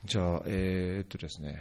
じゃあ、ですね、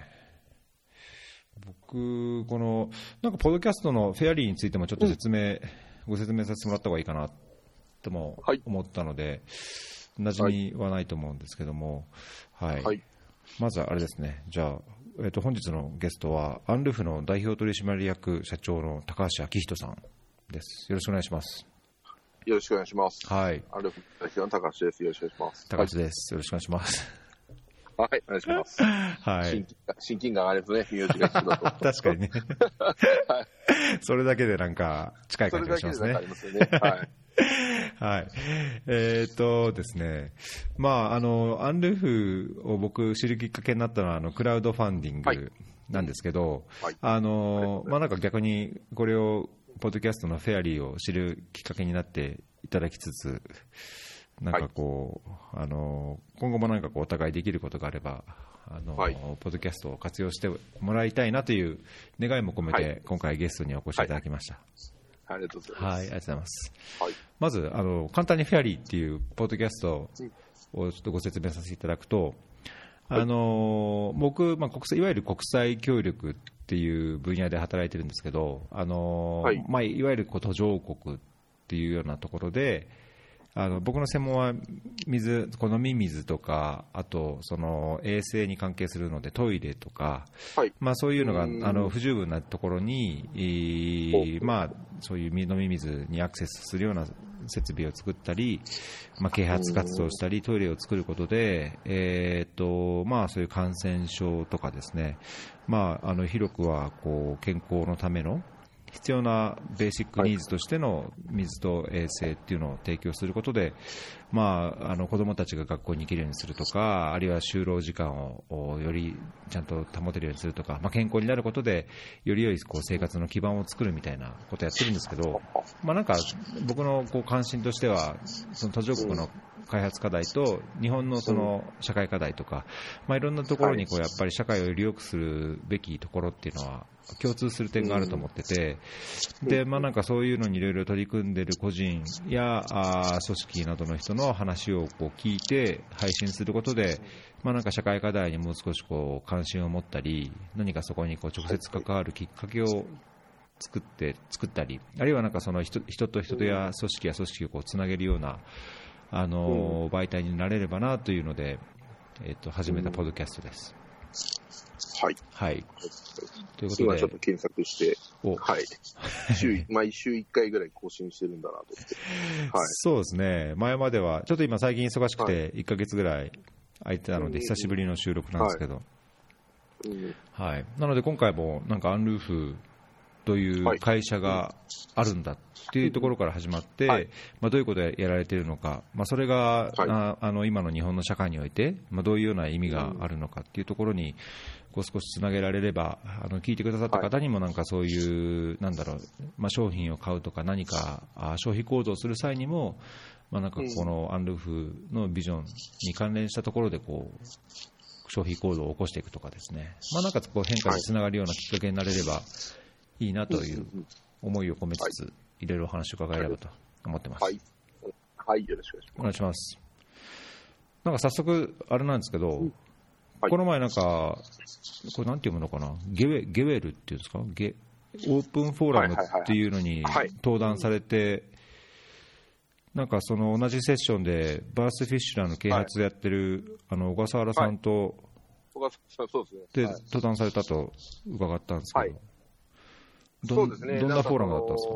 僕、この、なんか、ポッドキャストのフェアリーについてもちょっとご説明させてもらった方がいいかなとも思ったので、馴染みはないと思うんですけども、はい。はい、まずはあれですね、じゃあ、本日のゲストは、アンルフの代表取締役社長の高橋昭人さんです。よろしくお願いします。 よろしくお願いします。 はい。 アンルフ代表の高橋です。よろしくお願いします。 高橋です。よろしくお願いします。 はい、お願いします。はい。親近感ありますね、名字が一緒だと。 確かにね。はい。それだけでなんか近い感じがしますね。それだけでなんかありますよね。はい。はい。ですね。まあ、アンルフを僕知るきっかけになったのは、クラウドファンディングなんですけど、はい、まあ、なんか逆にこれを、ポッドキャストのフェアリーを知るきっかけになっていただきつつ、なんかこう、はい、今後もなんかこうお互いできることがあれば、はい、ポッドキャストを活用してもらいたいなという願いも込めて、はい、今回ゲストにお越しいただきました。 はい、ありがとうございます。 はい、ありがとうございます。はい、まず簡単にフェアリーっていうポッドキャストをちょっとご説明させていただくと、はい、僕、まあ、いわゆる国際協力っていう分野で働いてるんですけど、はいまあ、いわゆる途上国っていうようなところで、僕の専門は飲み水とか、あとその衛生に関係するのでトイレとか、はいまあ、そういうのが不十分なところに、まあ、そういう飲み水にアクセスするような設備を作ったり、まあ、啓発活動をしたりトイレを作ることで、まあ、そういう感染症とかですね、まあ、広くはこう健康のための必要なベーシックニーズとしての水と衛生っていうのを提供することで、まあ、子どもたちが学校に行けるようにするとか、あるいは就労時間をよりちゃんと保てるようにするとか、まあ、健康になることでより良いこう生活の基盤を作るみたいなことをやってるんですけど、まあ、なんか僕のこう関心としてはその途上国の開発課題と日本のその社会課題とか、まあ、いろんなところにこうやっぱり社会をより良くするべきところっていうのは共通する点があると思ってて、でまあ、なんかそういうのにいろいろ取り組んでいる個人や組織などの人の話をこう聞いて配信することで、まあ、なんか社会課題にもう少しこう関心を持ったり、何かそこにこう直接関わるきっかけを作ったり、あるいはなんかその人と人とや組織や組織をこうつなげるような媒体になれればなというので、始めたポッドキャストです。 はい。 はい。ということで今ちょっと検索して、はい。毎週1回ぐらい更新してるんだなと思って。 はい。そうですね。前までは、ちょっと今最近忙しくて1ヶ月ぐらい空いてたので、久しぶりの収録なんですけど。はい。はい。なので今回もなんかアンルーフという会社があるんだっていうところから始まって、はいまあ、どういうことをやられているのか、まあ、それが、はい、今の日本の社会において、まあ、どういうような意味があるのかっていうところにこう少しつなげられれば、聞いてくださった方にもなんかそういう、なんだろう、まあ、商品を買うとか何か消費行動をする際にも、まあ、なんかこのアンルーフのビジョンに関連したところでこう消費行動を起こしていくとかですね、まあ、なんかこう変化につながるようなきっかけになれればいいなという思いを込めつつ、いろいろお話を伺えればと思ってます。 はい、はい、よろしくお願いします。なんか早速あれなんですけど、はい、この前なんかこれなんて読むのかな、ゲウェルっていうんですか、オープンフォーラムっていうのに登壇されて、なんかその同じセッションでバースフィッシュラーの啓発をやってる小笠原さんとで登壇されたと伺ったんですけど。 そうですね、 どんなフォーラムだったんです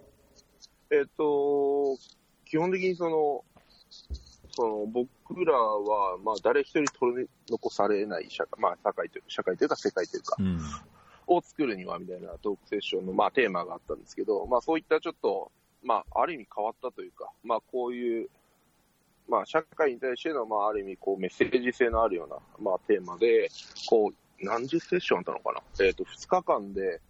か？基本的にその僕らは、まあ、誰一人取り残されない社会、まあ、社会というか世界というか、を作るにはみたいなトークセッションの、まあ、テーマがあったんですけど、まあ、そういったちょっと、まあ、ある意味変わったというか、まあ、こういう、まあ、社会に対しての、まあ、ある意味こうメッセージ性のあるような、まあ、テーマでこう何十セッションあったのかな、2日間で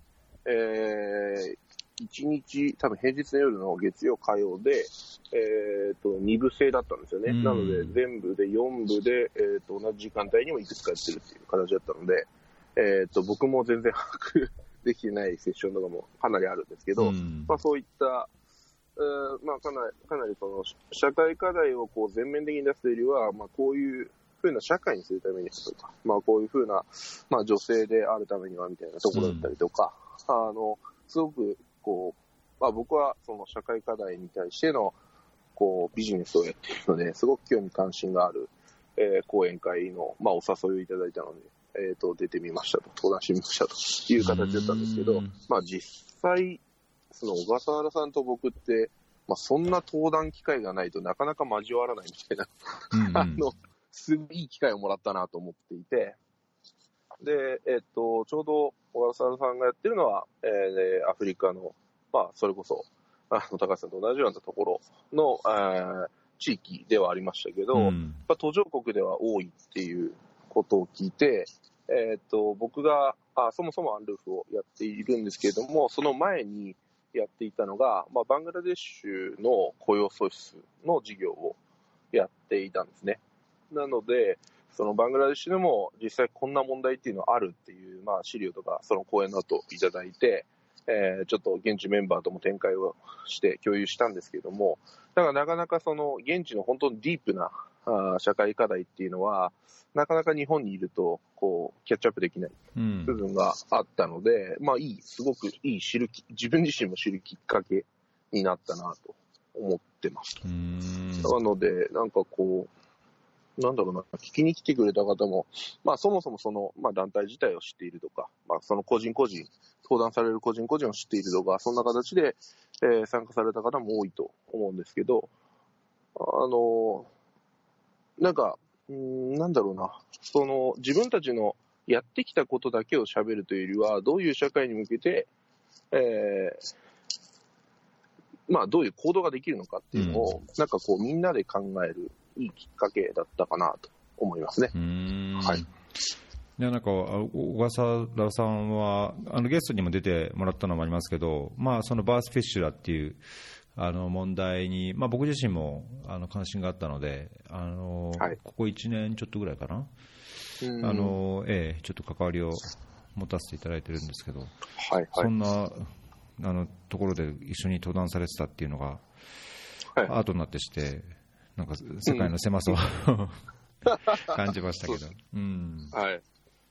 1日、多分平日の夜の月曜火曜で、2部制だったんですよね。なので全部で4部で、同じ時間帯にもいくつかやってるっていう形だったので、僕も全然把握できてないセッションとかもかなりあるんですけど、まあ、そういった、まあ、かなりその社会課題をこう全面的に出すというよりは、まあ、こういうふうな社会にするためにはとか、まあ、こういうふうな、まあ、女性であるためにはみたいなところだったりとか、すごくこう、まあ、僕はその社会課題に対してのこうビジネスをやっているので、すごく興味関心がある、講演会の、まあ、お誘いをいただいたので、出てみましたと、登壇してみましたという形だったんですけど、まあ、実際、その小笠原さんと僕って、まあ、そんな登壇機会がないとなかなか交わらないみたいな、すごいいい機会をもらったなと思っていて、で、ちょうど小笠原さんがやってるのは、アフリカの、まあ、それこそ、高橋さんと同じようなところの、地域ではありましたけど、途上国では多いっていうことを聞いて、僕がそもそもアンルーフをやっているんですけれども、その前にやっていたのが、まあ、バングラデシュの雇用創出の事業をやっていたんですね。なので、そのバングラデシュでも実際こんな問題っていうのはあるっていう、まあ、資料とかその講演の後いただいて、ちょっと現地メンバーとも展開をして共有したんですけれども、だからなかなかその現地の本当にディープな社会課題っていうのは、なかなか日本にいるとこうキャッチアップできない部分があったので、まあすごくいい自分自身も知るきっかけになったなと思ってます。なので、なんかこう、なんだろうな、聞きに来てくれた方も、まあそもそもその、まあ団体自体を知っているとか、まあその個人個人、登壇される個人個人を知っているとか、そんな形で、参加された方も多いと思うんですけど、なんか、なんだろうな、その自分たちのやってきたことだけを喋るというよりは、どういう社会に向けて、まあどういう行動ができるのかっていうのを、なんかこうみんなで考えるいいきっかけだったかなと思いますね。はい。 いやなんか小笠原さんはゲストにも出てもらったのもありますけど、まあ、そのバースフィッシュラっていう問題に、まあ、僕自身も関心があったので、はい、ここ1年ちょっとぐらいかな、ちょっと関わりを持たせていただいてるんですけど、はいはい、そんなところで一緒に登壇されてたっていうのが、はい、後になってしてなんか世界の狭さを、感じましたけど、はい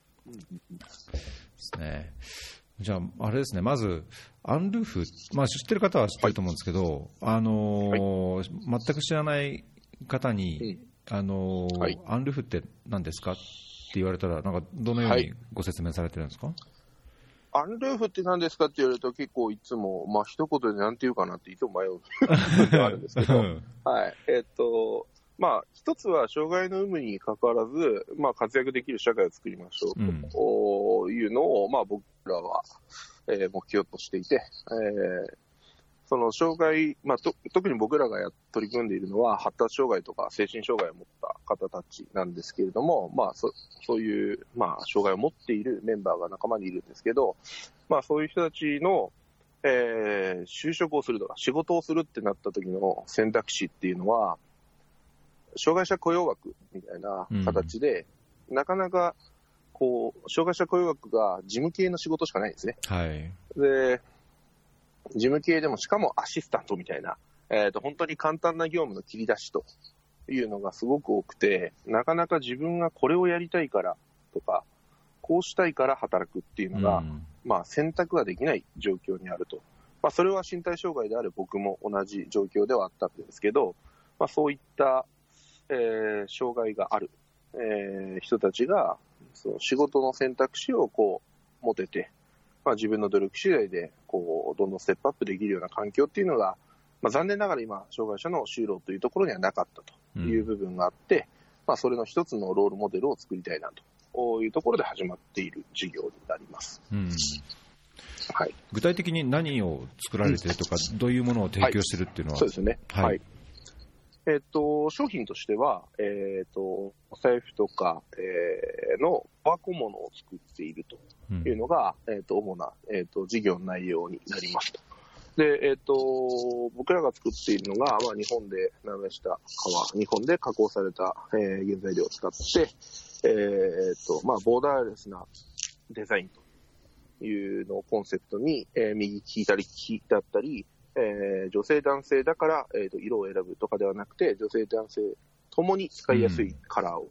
ですね。じゃあ、あれですね、まず、アンルーフ、まあ、知ってる方は知ってると思うんですけど、はい、全く知らない方に、はい、アンルーフって何ですかって言われたら、なんかどのようにご説明されてるんですか？はい、 アンルーフって何ですかって言われると、結構いつも、まあ一言で何て言うかなっていつも迷う時があるんですけど、はい、まあ、一つは障害の有無に関わらず、まあ、活躍できる社会を作りましょうというのを、まあ、僕らは、目標としていて、その障害、まあ、特に僕らが取り組んでいるのは、発達障害とか精神障害を持った方たちなんですけれども、まあ、そういう、まあ、障害を持っているメンバーが仲間にいるんですけど、まあ、そういう人たちの、就職をするとか、仕事をするってなった時の選択肢っていうのは、障害者雇用枠みたいな形で、なかなかこう障害者雇用枠が事務系の仕事しかないんですね。はい、で、事務系でもしかもアシスタントみたいな、本当に簡単な業務の切り出しというのがすごく多くて、なかなか自分がこれをやりたいからとか、こうしたいから働くっていうのが、まあ、選択ができない状況にあると。まあ、それは身体障害である僕も同じ状況ではあったんですけど、まあ、そういった障害がある、人たちがその仕事の選択肢をこう持てて、まあ、自分の努力次第でこうどんどんステップアップできるような環境っていうのが、まあ、残念ながら今障害者の就労というところにはなかったという部分があって、まあ、それの一つのロールモデルを作りたいなというところで始まっている事業になります。はい、 具体的に何を作られているとか、どういうものを提供しているっていうのは、 そうですね。はい、商品としては、お財布とか、のパーコ物を作っているというのが、主な、事業の内容になりますと。で、僕らが作っているのが、まあ、日本で流した日本で加工された、原材料を使って、まあ、ボーダーレスなデザインというのをコンセプトに、右利き左利きだったり、女性男性だから、色を選ぶとかではなくて、女性男性ともに使いやすいカラーを、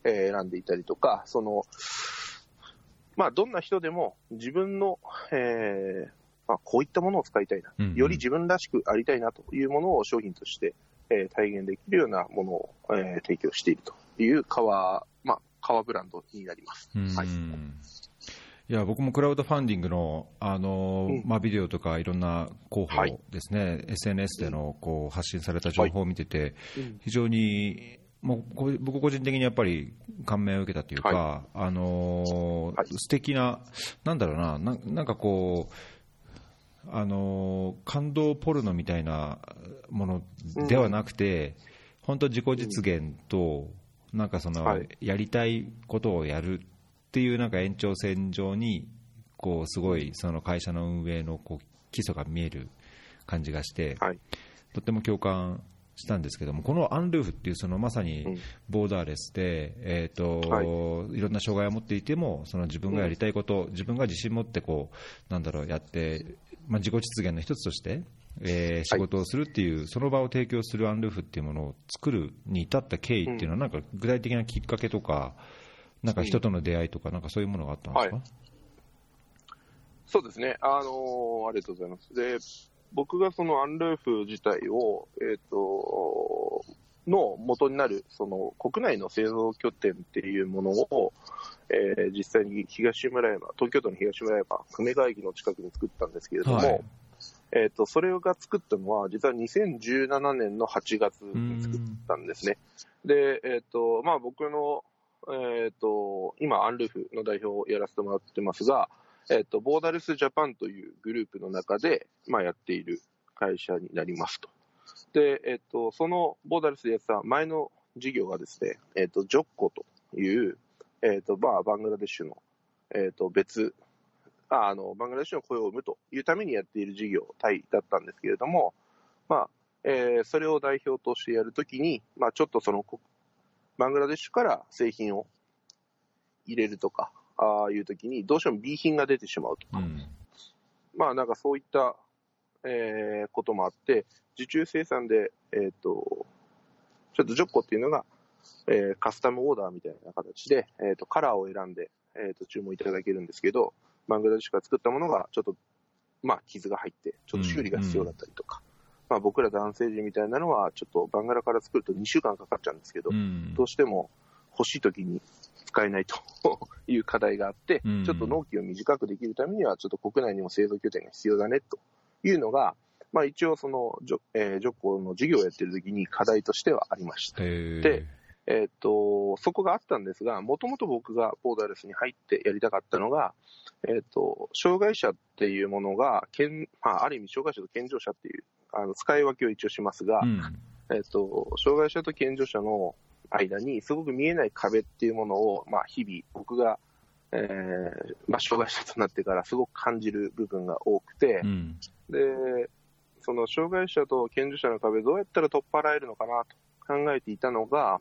選んでいたりとか、どんな人でも自分の、こういったものを使いたいな、より自分らしくありたいなというものを商品として、体現できるようなものを、提供しているという革ブランドになります。はい。 いや僕もクラウドファンディングの、ビデオとかいろんな広報ですね、はい、SNS でのこう発信された情報を見てて、非常にもう僕個人的にやっぱり感銘を受けたというか、素敵な、なんだろうな、なんかこう、感動ポルノみたいなものではなくて、本当自己実現と、なんかやりたいことをやるっていうなんか延長線上にこうすごいその会社の運営のこう基礎が見える感じがして、とっても共感したんですけども、このアンルーフっていうそのまさにボーダーレスで、いろんな障害を持っていてもその自分がやりたいこと、自分が自信持ってこうやって、自己実現の一つとして、仕事をするっていう、その場を提供するアンルーフっていうものを作るに至った経緯っていうのはなんか具体的なきっかけとか、なんか人との出会いとか、なんかそういうものがあったんですか？ そうですね、ありがとうございます。で、僕がそのアンルーフ自体を、の元になるその国内の製造拠点っていうものを、実際に東京都の東村山、久米川駅の近くに作ったんですけれども、それが作ったのは実は2017年の8月に作ったんですね。で、僕の今、アンルーフの代表をやらせてもらってますが、ボーダレスジャパンというグループの中で、やっている会社になりますと。で、そのボーダレスでやってた前の事業がですね、ジョッコという、バングラデシュの、バングラデシュの雇用を生むというためにやっている事業体だったんですけれども、それを代表としてやるときに、ちょっとバングラデシュから製品を入れるとか、いうときに、どうしても B 品が出てしまうとか、なんかそういった、こともあって、受注生産で、ちょっとジョッコっていうのが、カスタムオーダーみたいな形で、カラーを選んで、注文いただけるんですけど、バングラデシュから作ったものがちょっと、傷が入って、ちょっと修理が必要だったりとか、僕ら男性陣みたいなのは、ちょっとバングラから作ると2週間かかっちゃうんですけど、どうしても欲しいときに使えないという課題があって、ちょっと納期を短くできるためには、ちょっと国内にも製造拠点が必要だねというのが、一応ジョッコの事業をやってるときに課題としてはありました。で、そこがあったんですが、もともと僕がボーダレスに入ってやりたかったのが、障害者っていうものが、ある意味障害者と健常者っていう使い分けを一応しますが、障害者と健常者の間にすごく見えない壁っていうものを、日々僕が、障害者となってからすごく感じる部分が多くて、で、その障害者と健常者の壁どうやったら取っ払えるのかなと考えていたのが、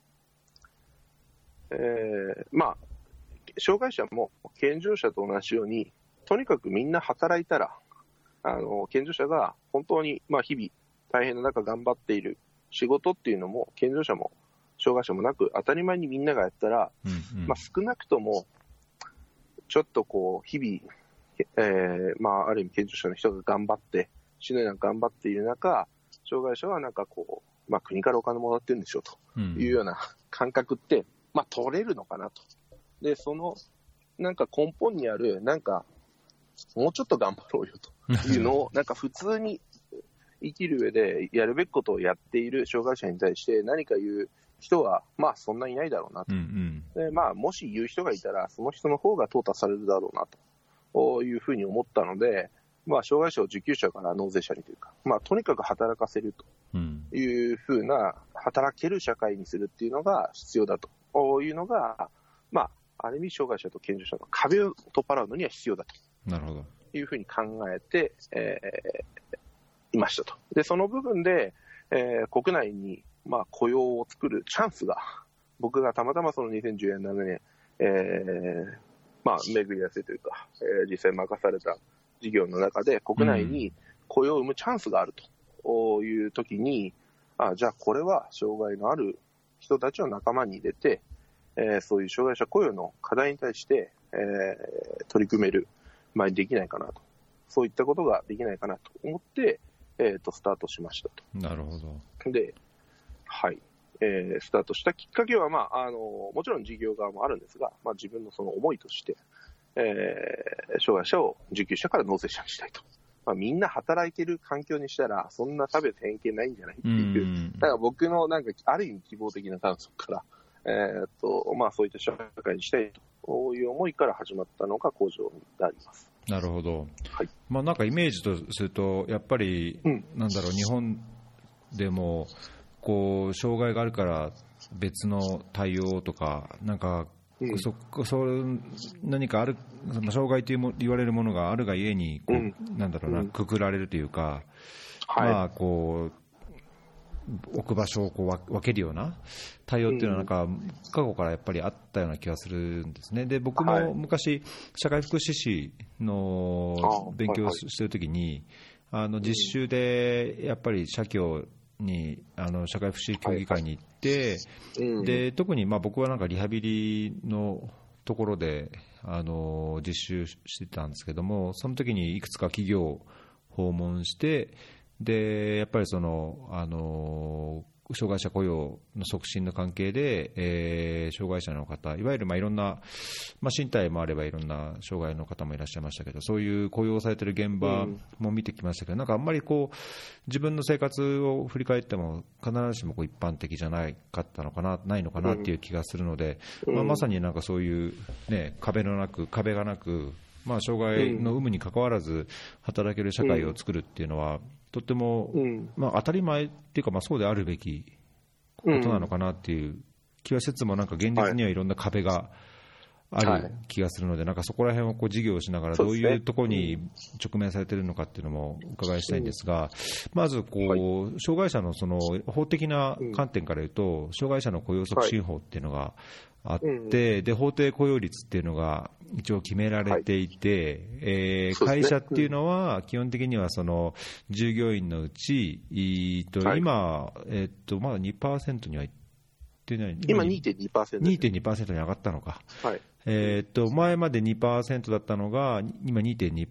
障害者も健常者と同じように、とにかくみんな働いたら、健常者が本当に日々大変な中頑張っている仕事っていうのも健常者も障害者もなく当たり前にみんながやったら、少なくともちょっとこう日々、ある意味健常者の人が頑張って死ぬような頑張っている中、障害者はなんかこう、国からお金もらってるんでしょというような感覚って、取れるのかなと。で、そのなんか根本にあるなんかもうちょっと頑張ろうよというのをなんか普通に生きる上でやるべきことをやっている障害者に対して何か言う人はそんなにいないだろうなと。で、もし言う人がいたらその人の方が淘汰されるだろうなというふうに思ったので、障害者を受給者から納税者にというか、とにかく働かせるというふうな働ける社会にするっていうのが必要だというのが、ある意味障害者と健常者の壁を取っ払うのには必要だというふうに考えて、いましたと。で、その部分で、国内に雇用を作るチャンスが、僕がたまたまその2017年、巡り合わせというか、実際任された事業の中で国内に雇用を生むチャンスがあるという時に、じゃあこれは障害のある人たちを仲間に入れて、 そういう障害者雇用の課題に対して、取り組める前にできないかなと、そういったことができないかなと思って、スタートしましたと。 なるほど。 で、はい、スタートしたきっかけは、もちろん事業側もあるんですが、自分のその思いとして、障害者を受給者から納税者にしたいと。みんな働いてる環境にしたら、そんな差別偏見ないんじゃないっていう、だから僕のなんかある意味希望的な観測から、そういった社会にしたいという思いから始まったのが工場になります。 なるほど。 はい。 なんかイメージとすると、やっぱり、なんだろう、日本でもこう障害があるから別の対応とか、なんか何かある、障害と言われるものがあるがゆえになんだろうな、くくられるというか、こう置く場所をこう分けるような対応っていうのはなんか過去からやっぱりあったような気がするんですね。で、僕も昔社会福祉士の勉強をしているときに、実習でやっぱり社協に社会福祉協議会に行って、で特に僕はなんかリハビリのところで実習してたんですけども、その時にいくつか企業を訪問して、でやっぱりその障害者雇用の促進の関係で、障害者の方、いわゆるいろんな、身体もあればいろんな障害の方もいらっしゃいましたけど、そういう雇用されている現場も見てきましたけど、なんかあんまりこう自分の生活を振り返っても必ずしもこう一般的じゃないかったのかな、ないのかなっていう気がするので、まさになんかそういう、壁がなく、障害の有無にかかわらず働ける社会を作るっていうのは、とっても、当たり前っていうか、そうであるべきことなのかなっていう気はしつつも、なんか現実にはいろんな壁がある気がするので、なんかそこら辺をこう事業をしながらどういうところに直面されているのかっていうのもお伺いしたいんですが、まずこう障害者のその法的な観点から言うと、障害者の雇用促進法っていうのがあって、で法定雇用率っていうのが一応決められていて、会社っていうのは基本的にはその従業員のうち、今、まだ 2% にはいってない、 今 2.2%、 2.2% に上がったのか、前まで 2% だったのが今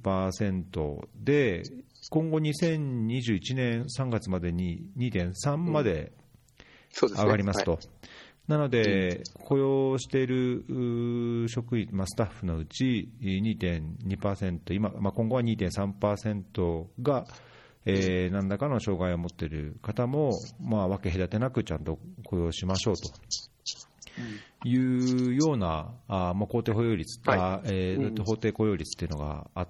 2.2% で、今後2021年3月までに 2.3 まで上がりますと。なので、雇用している職員、スタッフのうち 2.2%、今後は 2.3% が、何らかの障害を持っている方も、分け隔てなくちゃんと雇用しましょうというような法定雇用率、法定雇用率というのがあって、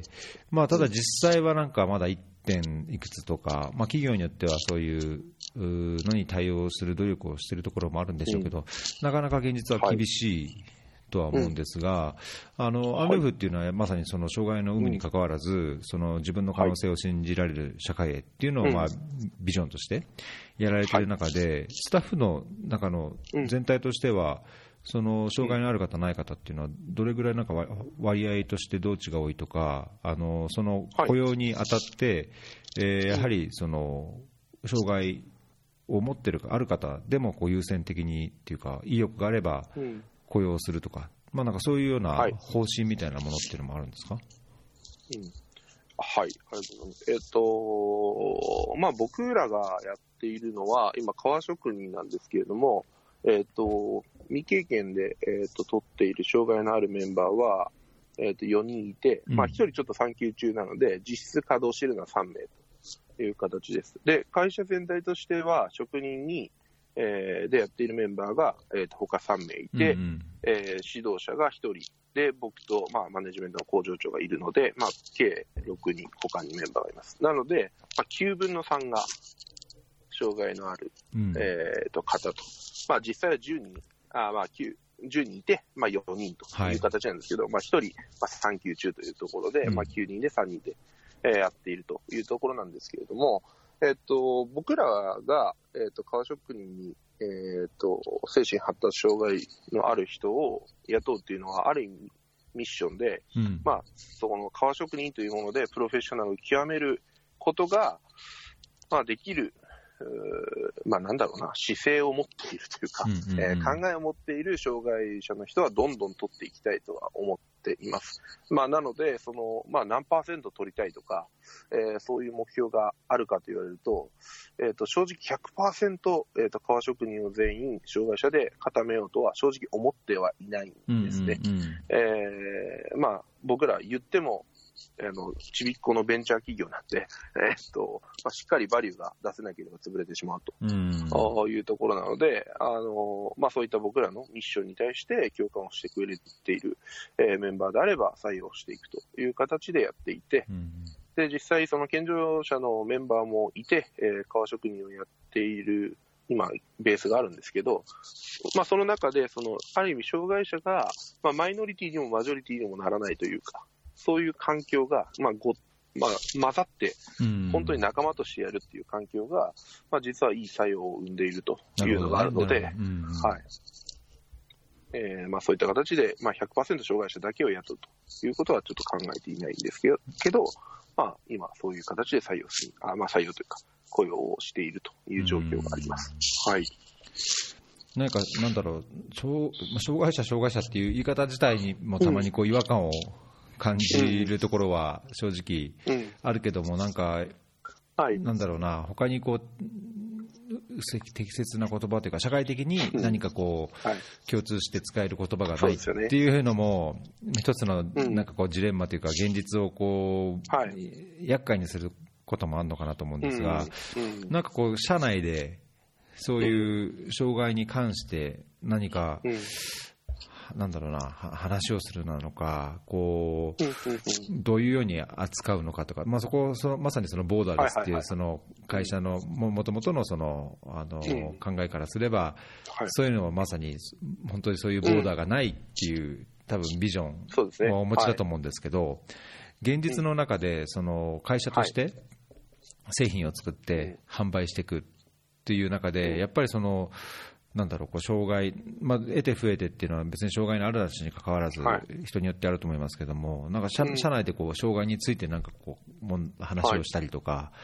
ただ実際はなんかまだ 1. いくつとか、企業によってはそういうのに対応する努力をしているところもあるんでしょうけど、なかなか現実は厳しいとは思うんですが、アンルフっていうのはまさにその障害の有無にかかわらず、その自分の可能性を信じられる社会へっていうのをビジョンとしてやられている中で、スタッフの中の全体としては、その障害のある方、ない方っていうのは、どれぐらいなんか割合としてどっちが多いとか、その雇用にあたって、やはりその障害を持っているある方でもこう優先的にっていうか、意欲があれば雇用するとか、なんかそういうような方針みたいなものっていうのもあるんですか？ はい、ありがとうございます。僕らがやっているのは、今、革職人なんですけれども、未経験で、取っている障害のあるメンバーは、4人いて、1人ちょっと産休中なので、実質稼働しているのは3名という形です。で、会社全体としては、職人に、でやっているメンバーが、他3名いて、指導者が1人で、僕と、マネジメントの工場長がいるので、計6人、他にメンバーがいます。なので、9分の3が障害のある、方と。実際は10人、10人いて、4人という形なんですけど、1人、産休中というところで、9人で3人で、やっているというところなんですけれども、僕らが、革職人に、精神発達障害のある人を雇うというのは、ある意味ミッションで、その革職人というものでプロフェッショナルを極めることが、できるなんだろうな、姿勢を持っているというか、考えを持っている障害者の人はどんどん取っていきたいとは思っています。なので、何%取りたいとか、そういう目標があるかと言われると、正直 100%、革職人を全員障害者で固めようとは正直思ってはいないんですね。僕ら言っても、ちびっこのベンチャー企業なんで、しっかりバリューが出せなければ潰れてしまうというところなので、そういった僕らのミッションに対して共感をしてくれている、メンバーであれば採用していくという形でやっていて、で実際その健常者のメンバーもいて、革職人をやっている今ベースがあるんですけど、その中である意味障害者が、マイノリティにもマジョリティにもならないというか、そういう環境が、混ざって、本当に仲間としてやるっていう環境が、実はいい作用を生んでいるというのがあるので、そういった形で、100% 障害者だけを雇うということはちょっと考えていないんですけど、今そういう形で採用というか、雇用をしているという状況があります。 なんだろう、障害者っていう言い方自体にもたまに違和感を感じるところは正直あるけども、なんだろうな、他に適切な言葉というか、社会的に何か共通して使える言葉がないっていうのも、一つのジレンマというか、現実を厄介にすることもあるのかなと思うんですが、社内でそういう障害に関して何か、なんだろうな、話をするなのか、どういうように扱うのかとか、まさにそのボーダーレスっていうその会社のもともとの考えからすれば、そういうのはまさに本当にそういうボーダーがないっていう多分ビジョンをお持ちだと思うんですけど、現実の中でその会社として製品を作って販売していくっていう中で、やっぱり障害、得て増えてっていうのは別に障害のあるなしにかかわらず人によってあると思いますけども、社内で障害について話をしたりとか、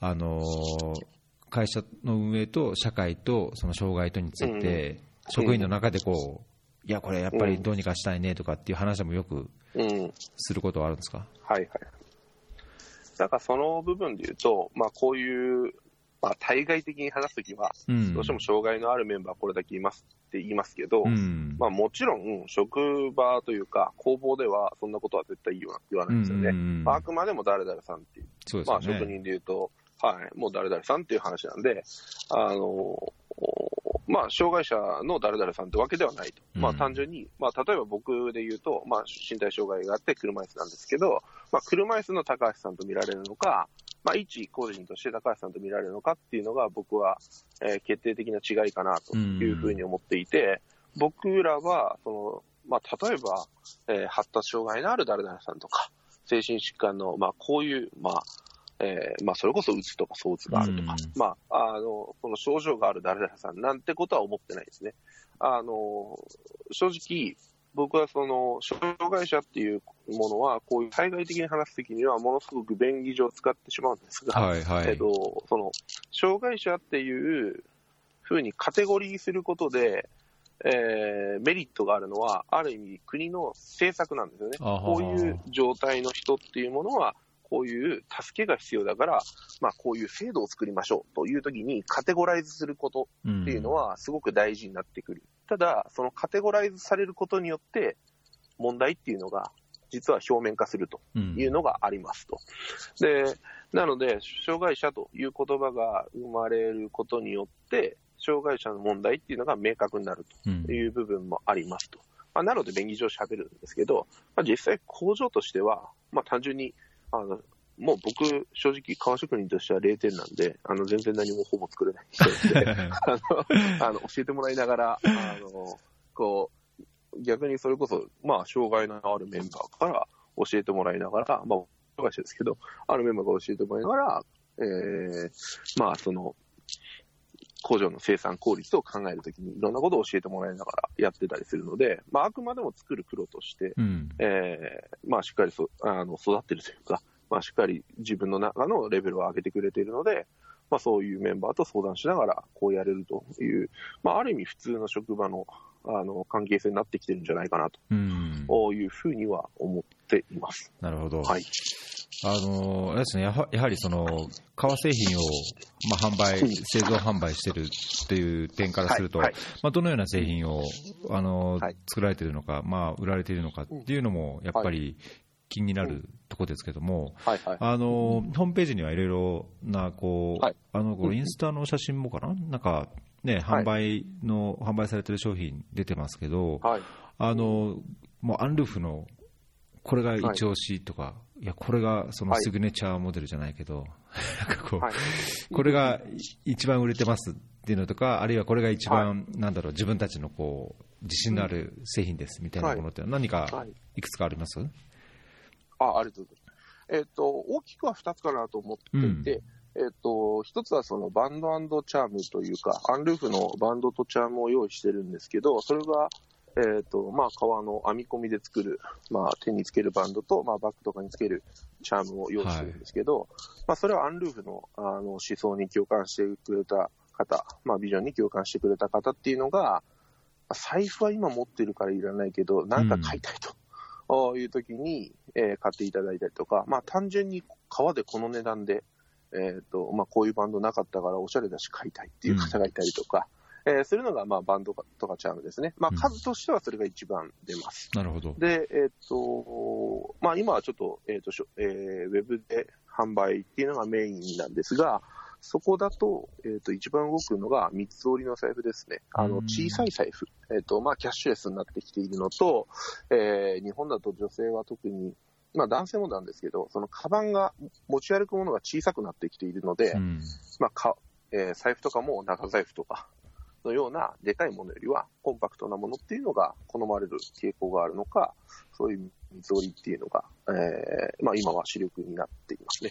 会社の運営と社会とその障害とについて職員の中でこれやっぱりどうにかしたいねとかっていう話もよくすることはあるんですか？ だからその部分で言うと、こういう対外的に話すときは、どうしても障害のあるメンバーこれだけいますって言いますけど、もちろん職場というか工房ではそんなことは絶対言わないんですよね。あくまでも誰々さんっていう、職人で言うと、もう誰々さんっていう話なんで、障害者の誰々さんってわけではないと。単純に、例えば僕で言うと、身体障害があって車椅子なんですけど、車椅子の高橋さんと見られるのか、一個人として高橋さんと見られるのかっていうのが僕は、決定的な違いかなというふうに思っていて、僕らは例えば、発達障害のある誰々さんとか、精神疾患の、こういう、それこそうつとかそううつがあるとか、その症状がある誰々さんなんてことは思ってないですね。正直、僕はその障害者っていうものはこういう対外的に話すときにはものすごく便宜上使ってしまうんですが、その障害者っていうふうにカテゴリーすることで、メリットがあるのはある意味国の政策なんですよね。こういう状態の人っていうものはこういう助けが必要だから、こういう制度を作りましょうというときにカテゴライズすることっていうのはすごく大事になってくる。ただ、そのカテゴライズされることによって問題っていうのが実は表面化するというのがありますと。で、なので、障害者という言葉が生まれることによって、障害者の問題っていうのが明確になるという部分もありますと。なので、便宜上喋るんですけど、実際工場としては、単純にもう僕、正直、革職人としては0点なんで、全然何もほぼ作れない人で教えてもらいながら、逆にそれこそ、障害のあるメンバーから教えてもらいながら、障害者ですけど、あるメンバーが教えてもらいながら、その、工場の生産効率を考えるときにいろんなことを教えてもらいながらやってたりするので、あくまでも作るプロとして、しっかり育ってるというか、しっかり自分の中のレベルを上げてくれているので、 そういうメンバーと相談しながらこうやれるという、ある意味普通の職場の関係性になってきてるんじゃないかなというふうには思っています。 なるほど。 はい。 あれですね、やはりその革製品を製造販売しているっていう点からすると、どのような製品を作られているのか、売られているのかっていうのもやっぱり気になるところですけども、ホームページにはいろいろなこれインスタの写真もかな、なんかね、販売されている商品出てますけど、もうアンルーフのこれが一押しとか、いやこれがそのシグネチャーモデルじゃないけど、なんかこれが一番売れてますっていうのとか、あるいはこれが一番自分たちの自信のある製品ですみたいなものって何かいくつかあります？ ありがとうございます。大きくは2つかなと思っていて、一つはそのバンド&チャームというか、アンルーフのバンドとチャームを用意してるんですけど、それが革の編み込みで作る、手につけるバンドと、バッグとかにつけるチャームを用意してるんですけど、それはアンルーフの、思想に共感してくれた方、ビジョンに共感してくれた方っていうのが、財布は今持ってるからいらないけど、なんか買いたいという時に、買っていただいたりとか、単純に革でこの値段で、こういうバンドなかったからおしゃれだし買いたいっていう方がいたりとか、するのがバンドとかチャームですね。数としてはそれが一番出ます。 なるほど。 で、今はちょっと、ウェブで販売っていうのがメインなんですが、そこだと、一番動くのが三つ折りの財布ですね。小さい財布。キャッシュレスになってきているのと、日本だと女性は特に、男性もなんですけど、そのカバンが持ち歩くものが小さくなってきているので、財布とかも長財布とかのようなでかいものよりはコンパクトなものっていうのが好まれる傾向があるのか、そういう三つ折りっていうのが、今は主力になっていますね。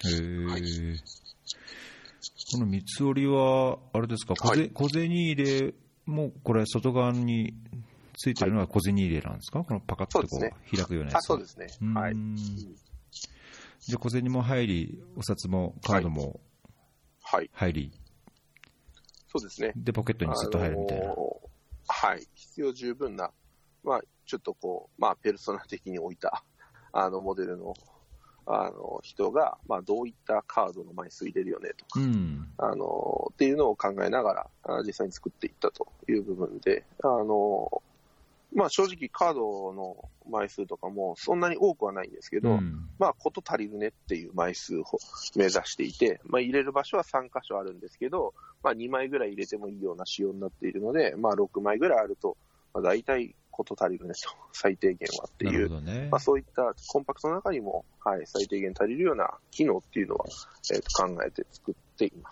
この三つ折りはあれですか、小銭入れもこれ外側についてるのは小銭入れなんですか？このパカッと開くようなやつ。 そうですね。はい。 じゃあ小銭も入り、お札もカードも入り、 そうですね。 でポケットにずっと入るみたいな。 必要十分な、ちょっとペルソナ的に置いたモデルの人が、どういったカードの枚数入れるよねとか、っていうのを考えながら実際に作っていったという部分で、正直カードの枚数とかもそんなに多くはないんですけど、こと足りるねっていう枚数を目指していて、入れる場所は3箇所あるんですけど、2枚ぐらい入れてもいいような仕様になっているので、6枚ぐらいあると、大体こと足りるねと、最低限はっていう、そういったコンパクトの中にも、最低限足りるような機能っていうのは、考えて作っています。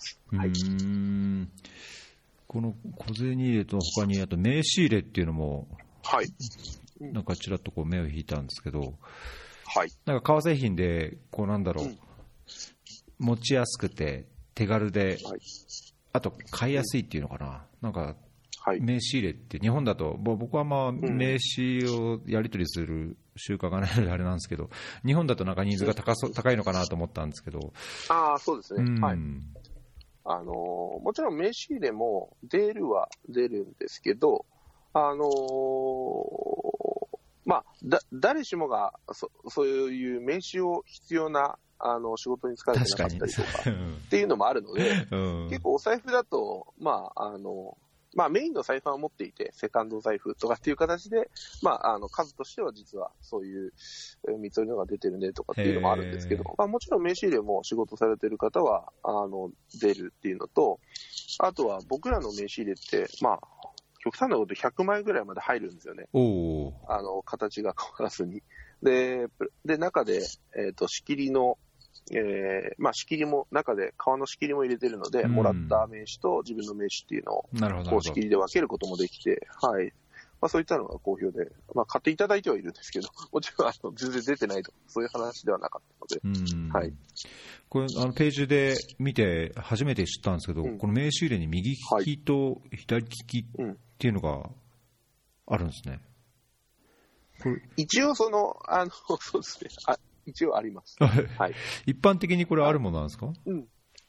この小銭入れと他にあと名刺入れっていうのも、なんかちらっと目を引いたんですけど、なんか革製品で持ちやすくて手軽で、あと買いやすいっていうのかな、なんか名刺入れって日本だと僕は名刺をやり取りする習慣がないのであれなんですけど、日本だとなんかニーズが高いのかなと思ったんですけど。 そうですね。もちろん名刺入れも出るは出るんですけど、誰しもがそういう名刺を必要な仕事に使えてなかったりとかっていうのもあるので、結構お財布だと、メインの財布は持っていて、セカンド財布とかっていう形で、数としては実はそういう三つ折りのが出てるねとかっていうのもあるんですけど、もちろん名刺入れも仕事されてる方は出るっていうのと、あとは僕らの名刺入れって、極端なこと100枚ぐらいまで入るんですよね。形が変わらずに。で、中で、仕切りの、仕切りも、中で革の仕切りも入れてるので、もらった名刺と自分の名刺っていうのを、仕切りで分けることもできて、そういったのが好評で、買っていただいてはいるんですけど、もちろん全然出てないと、そういう話ではなかったので。 これページで見て初めて知ったんですけど、この名刺入れに右利きと左利きっていうのがあるんですね。 一応そうですね。一応あります。 一般的にこれあるものなんですか？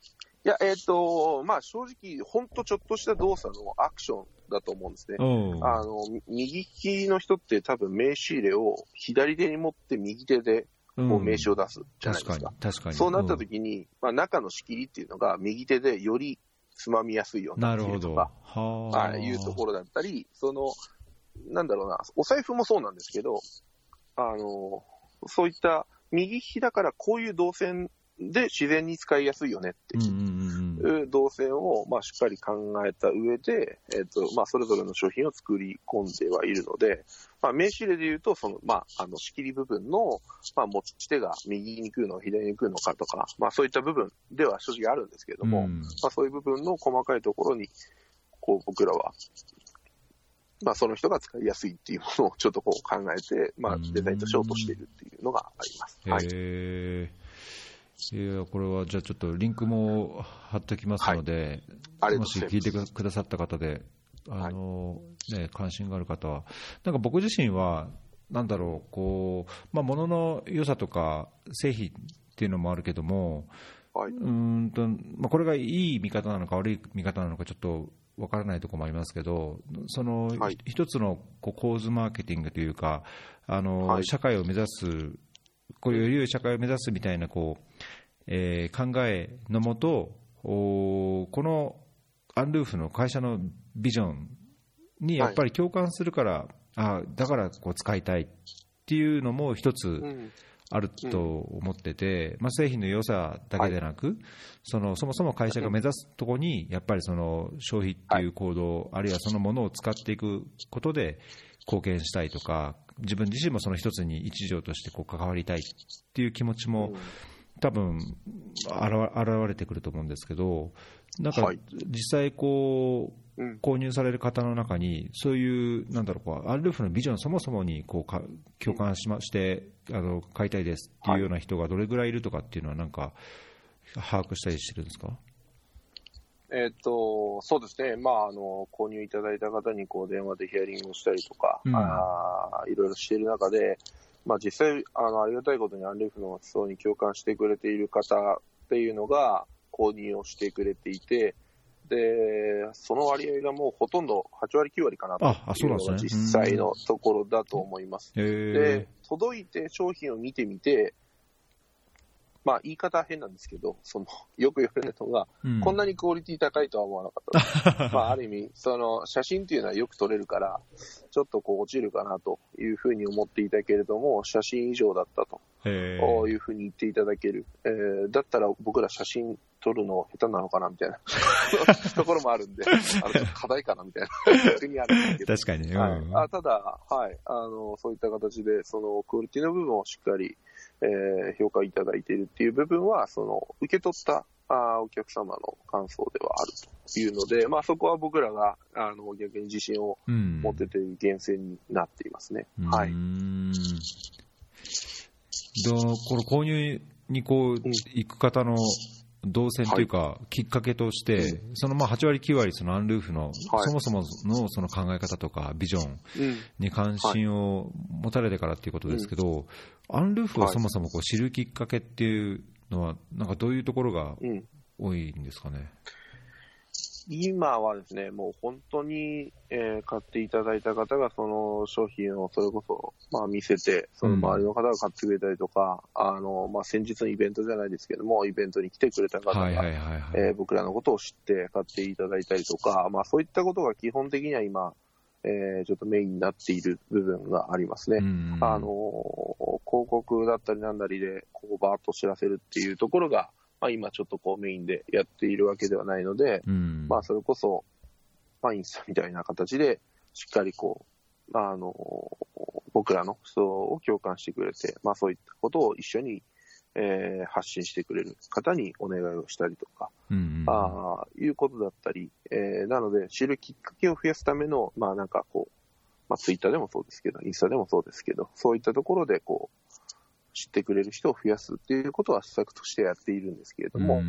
や、まあ正直、ほんとちょっとした動作のアクションだと思うんですね。右利きの人って多分名刺入れを左手に持って右手でこう名刺を出すじゃないですか。 確かに。 そうなった時に、まあ中の仕切りっていうのが右手でよりつまみやすいようになっているとか、いうところだったり、なんだろうな、お財布もそうなんですけど、そういった右利きだからこういう動線で自然に使いやすいよねっていう動線をまあしっかり考えた上で、まあそれぞれの商品を作り込んではいるので、まあ名刺入れで言うとまあ仕切り部分のまあ持ち手が右に来るのか左に来るのかとか、まあそういった部分では正直あるんですけれども、まあそういう部分の細かいところにこう僕らはまあその人が使いやすいっていうものをちょっとこう考えて、まあデザインとしようとしているっていうのがあります。はい。 これはじゃあちょっとリンクも貼っておきますので、もし聞いてくださった方で関心がある方は、なんか僕自身はなんだろう、こうまあ物の良さとか製品っていうのもあるけども、まあこれがいい見方なのか悪い見方なのかちょっとわからないところもありますけど、一つの構図マーケティングというか、社会を目指すこういうより良い社会を目指すみたいな考えのもと、このアンルーフの会社のビジョンにやっぱり共感するから、だから使いたいっていうのも一つあると思ってて、まあ、製品の良さだけでなく、そもそも会社が目指すところにやっぱり消費っていう行動、あるいはそのものを使っていくことで貢献したいとか、自分自身もその一つに一助として関わりたいっていう気持ちも多分現れてくると思うんですけど、なんか実際購入される方の中にそういうなんだろう、アンルーフのビジョンそもそもに共感して買いたいですっていうような人がどれぐらいいるとかっていうのはなんか把握したりしてるんですか？ そうですね、まあ、購入いただいた方に電話でヒアリングをしたりとか、いろいろしている中で、まあ、実際ありがたいことにアンルーフの思想に共感してくれている方っていうのが購入をしてくれていて、でその割合がもうほとんど8割9割かなというのが実際のところだと思います。で届いて商品を見てみて、まあ言い方は変なんですけど、よく言われるのが、こんなにクオリティ高いとは思わなかったまあある意味写真っていうのはよく撮れるからちょっと落ちるかなというふうに思っていたけれども、写真以上だったというふうに言っていただける。だったら僕ら写真撮るの下手なのかなみたいなところもあるんで、課題かなみたいな逆にあるんですけど、 確かに、 ただ、そういった形でクオリティの部分をしっかり評価いただいているっていう部分は受け取ったお客様の感想ではあるというので、まあ、そこは僕らが逆に自信を持ってている源泉になっていますね。この購入に行く方の動線というか、きっかけとして、まあ8割、9割、アンルーフのそもそものその考え方とか、ビジョンに関心を持たれてからということですけど、アンルーフをそもそも知るきっかけっていうのは、なんかどういうところが多いんですかね。 今はですね、もう本当に、買っていただいた方がその商品をそれこそ、まあ、見せて、その周りの方が買ってくれたりとか、まあ、先日のイベントじゃないですけども、イベントに来てくれた方が、僕らのことを知って買っていただいたりとか、まあ、そういったことが基本的には今、ちょっとメインになっている部分がありますね。広告だったりなんだりで、バーッと知らせるっていうところが、まあ、今ちょっとメインでやっているわけではないので、まあそれこそ、まあインスタみたいな形でしっかり僕らの人を共感してくれて、まあそういったことを一緒に、発信してくれる方にお願いをしたりとか、いうことだったり、なので知るきっかけを増やすための、まあなんかまあツイッターでもそうですけど、インスタでもそうですけど、そういったところで知ってくれる人を増やすっていうことは施策としてやっているんですけれども、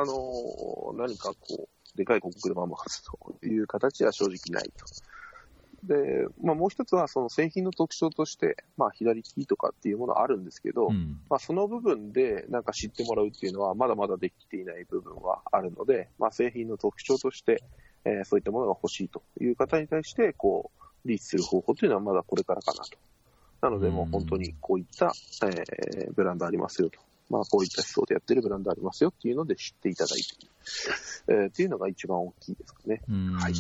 何かでかい広告で守るという形は正直ないで、もう一つはその製品の特徴として、左利きとかっていうものはあるんですけど、その部分でなんか知ってもらうっていうのはまだまだできていない部分はあるので、製品の特徴として、そういったものが欲しいという方に対してこうリーチする方法というのはまだこれからかなと。なのでもう本当にこういった、ブランドありますよと。こういった思想でやってるブランドありますよっていうので知っていただいている、っていうのが一番大きいですかね。はい。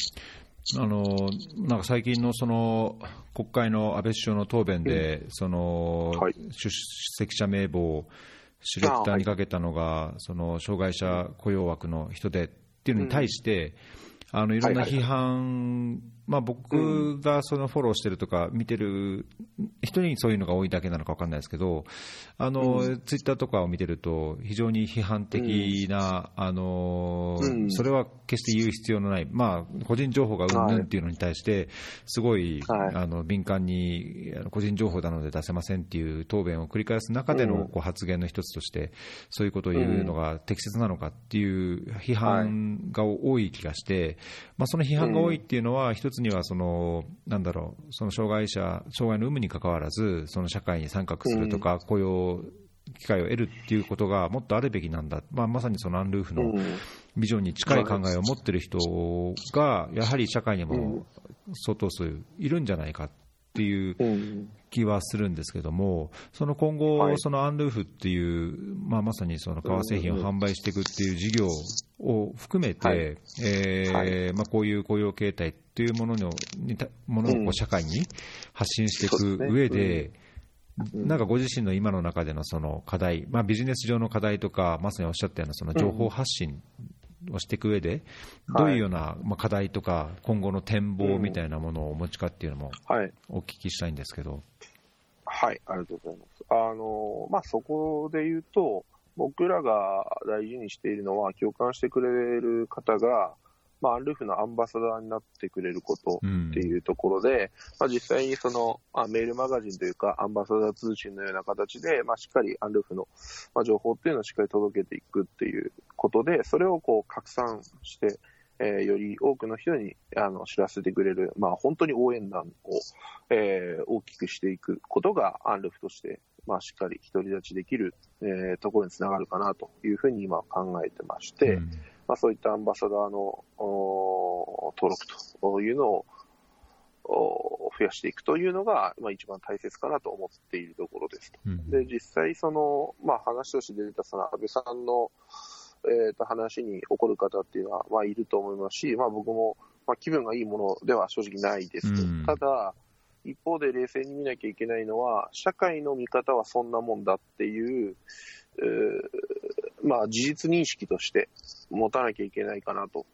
なんか最近のその国会の安倍首相の答弁で、出席者名簿をシュレッダーにかけたのが、その障害者雇用枠の人でっていうのに対して、いろんな批判、僕がそのフォローしてるとか見てる人にそういうのが多いだけなのか分かんないですけど、ツイッターとかを見てると非常に批判的な、それは決して言う必要のない、個人情報がうんぬんっていうのに対してすごい、敏感に個人情報なので出せませんっていう答弁を繰り返す中でのこう発言の一つとしてそういうことを言うのが適切なのかっていう批判が多い気がして、その批判が多いっていうのは一つにはその障害の有無にかかわらずその社会に参画するとか雇用機会を得るっていうことがもっとあるべきなんだ、まさにそのアンルーフのビジョンに近い考えを持っている人がやはり社会にも相当数いるんじゃないかっていう気はするんですけども、その今後そのアンルーフっていう、まさにその革製品を販売していくっていう事業を含めて、こういう雇用形態というものをこう社会に発信していく上で、なんかご自身の今の中でのその課題、ビジネス上の課題とか、まさにおっしゃったようなその情報発信をしていく上で、どういうような課題とか、今後の展望みたいなものをお持ちかっていうのもお聞きしたいんですけど。 はい、ありがとうございます。そこで言うと、僕らが大事にしているのは、共感してくれる方が、アンルーフのアンバサダーになってくれることっていうところで、実際にその、メールマガジンというかアンバサダー通信のような形で、しっかりアンルーフの、情報っていうのをしっかり届けていくっていうことで、それをこう拡散して、より多くの人に知らせてくれる、本当に応援団を、大きくしていくことがアンルーフとして、しっかり独り立ちできる、ところにつながるかなというふうに今考えてまして、そういったアンバサダーの登録というのを増やしていくというのが、一番大切かなと思っているところですと。で、実際その、話として出たその安倍さんの、話に起こる方っていうのは、いると思いますし、僕も、気分がいいものでは正直ないですと。ただ、一方で冷静に見なきゃいけないのは、社会の見方はそんなもんだっていう、事実認識として持たなきゃいけないかなと。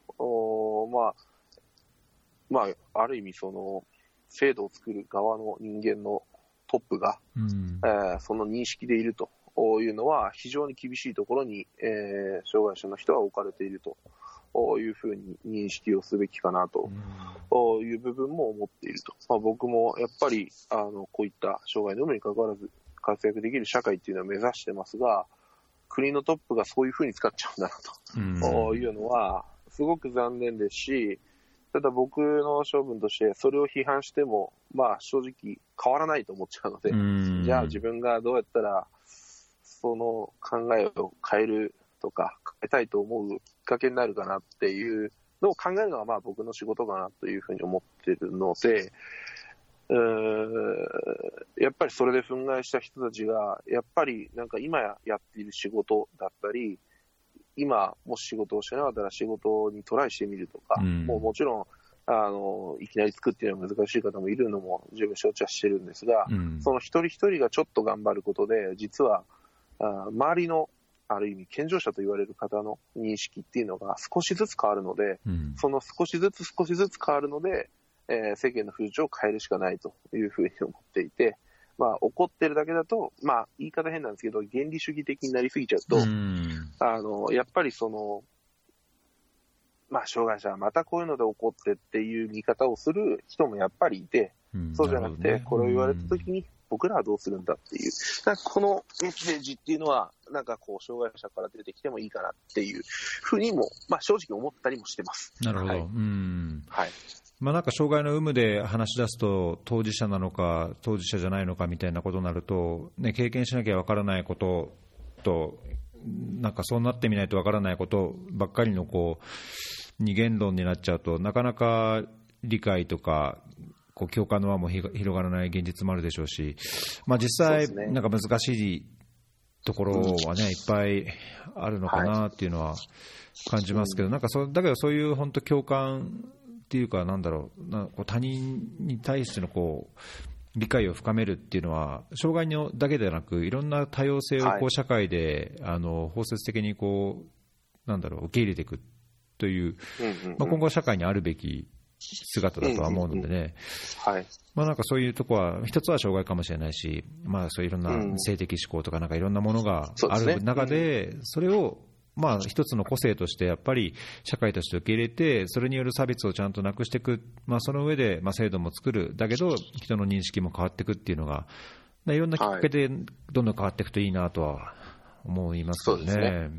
ある意味その制度を作る側の人間のトップが、その認識でいるというのは非常に厳しいところに、障害者の人は置かれているというふうに認識をすべきかなという部分も思っていると。僕もやっぱりこういった障害の有無にかかわらず活躍できる社会っていうのを目指してますが、国のトップがそういうふうに使っちゃうんだなというのはすごく残念ですし、ただ僕の処分としてそれを批判しても正直変わらないと思っちゃうので、じゃあ自分がどうやったらその考えを変えるとか変えたいと思うきっかけになるかなっていうのを考えるのが僕の仕事かなというふうに思っているので、やっぱりそれで憤慨した人たちがやっぱりなんか今やっている仕事だったり、今もし仕事をしてなかったら仕事にトライしてみるとか、もちろんいきなり作っていうのは難しい方もいるのも十分承知はしてるんですが、その一人一人がちょっと頑張ることで実は周りのある意味健常者と言われる方の認識っていうのが少しずつ変わるので、その少しずつ変わるので、世間の風潮を変えるしかないというふうに思っていて、怒ってるだけだと、言い方変なんですけど、原理主義的になりすぎちゃうと、やっぱりその、障害者はまたこういうので怒ってっていう見方をする人もやっぱりいて、そうじゃなくて、これを言われたときに、僕らはどうするんだっていう、このメッセージっていうのは、障害者から出てきてもいいかなっていうふうにも、正直思ったりもしてます。 なるほど。 はい。 なんか障害の有無で話し出すと当事者なのか当事者じゃないのかみたいなことになると、ね、経験しなきゃわからないことと、なんかそうなってみないとわからないことばっかりのこう二元論になっちゃうと、なかなか理解とかこう共感の輪も広がらない現実もあるでしょうし、実際なんか難しいところはね、いっぱいあるのかなっていうのは感じますけど、なんかだけどそういう本当共感っていうか、なんだろう、他人に対してのこう理解を深めるっていうのは、障害のだけではなく、いろんな多様性をこう社会で包摂的にこうなんだろう受け入れていくという、今後社会にあるべき姿だとは思うのでね、なんかそういうところは、一つは障害かもしれないし、そういういろんな性的指向とか、なんかいろんなものがある中で、それを一つの個性としてやっぱり社会として受け入れて、それによる差別をちゃんとなくしていく、その上で制度も作る、だけど人の認識も変わっていくっていうのが、いろんなきっかけでどんどん変わっていくといいなとは思いますよね。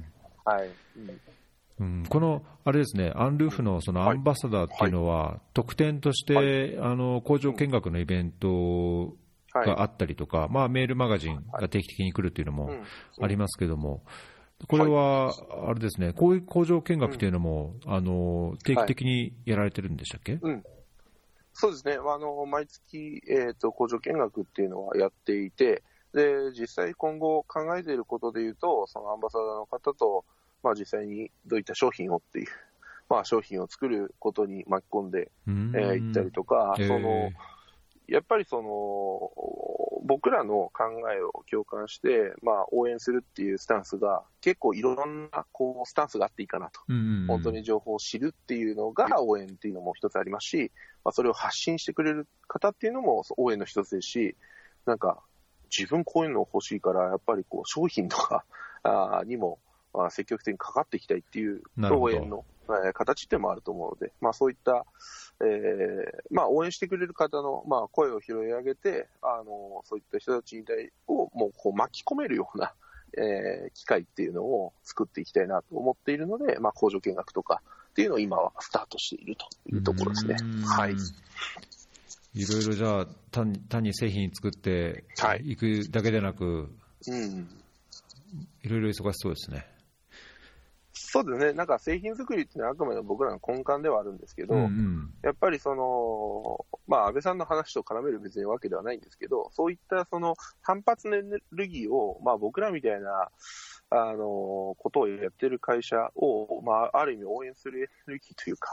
このあれですね、アンルーフのそのアンバサダーっていうのは、特典として工場見学のイベントがあったりとか、メールマガジンが定期的に来るっていうのもありますけども、これはあれですね、こういう工場見学というのも定期的にやられてるんでしたっけ？ そうですね、毎月、工場見学っていうのはやっていて、で実際今後考えていることでいうと、そのアンバサダーの方と実際にどういった商品をっていう、商品を作ることに巻き込んでいったりとか、やっぱり僕らの考えを共感して、応援するっていうスタンスが結構いろんなスタンスがあっていいかなと、本当に情報を知るっていうのが応援っていうのも一つありますし、それを発信してくれる方っていうのも応援の一つですし、なんか自分こういうの欲しいからやっぱり商品とかにも積極的にかかっていきたいっていう応援の形でもあると思うので、そういった、応援してくれる方の、声を拾い上げて、そういった人たちをもう巻き込めるような、機会っていうのを作っていきたいなと思っているので、工場見学とかっていうのを今はスタートしているというところですね。 いろいろじゃあ単に製品作っていくだけでなく、いろいろ忙しそうですね。 そうですね、なんか製品作りっていうのはあくまで僕らの根幹ではあるんですけど、やっぱり安倍さんの話と絡める別にわけではないんですけど、そういった反発のエネルギーを、僕らみたいなことをやってる会社を、ある意味応援するエネルギーというか、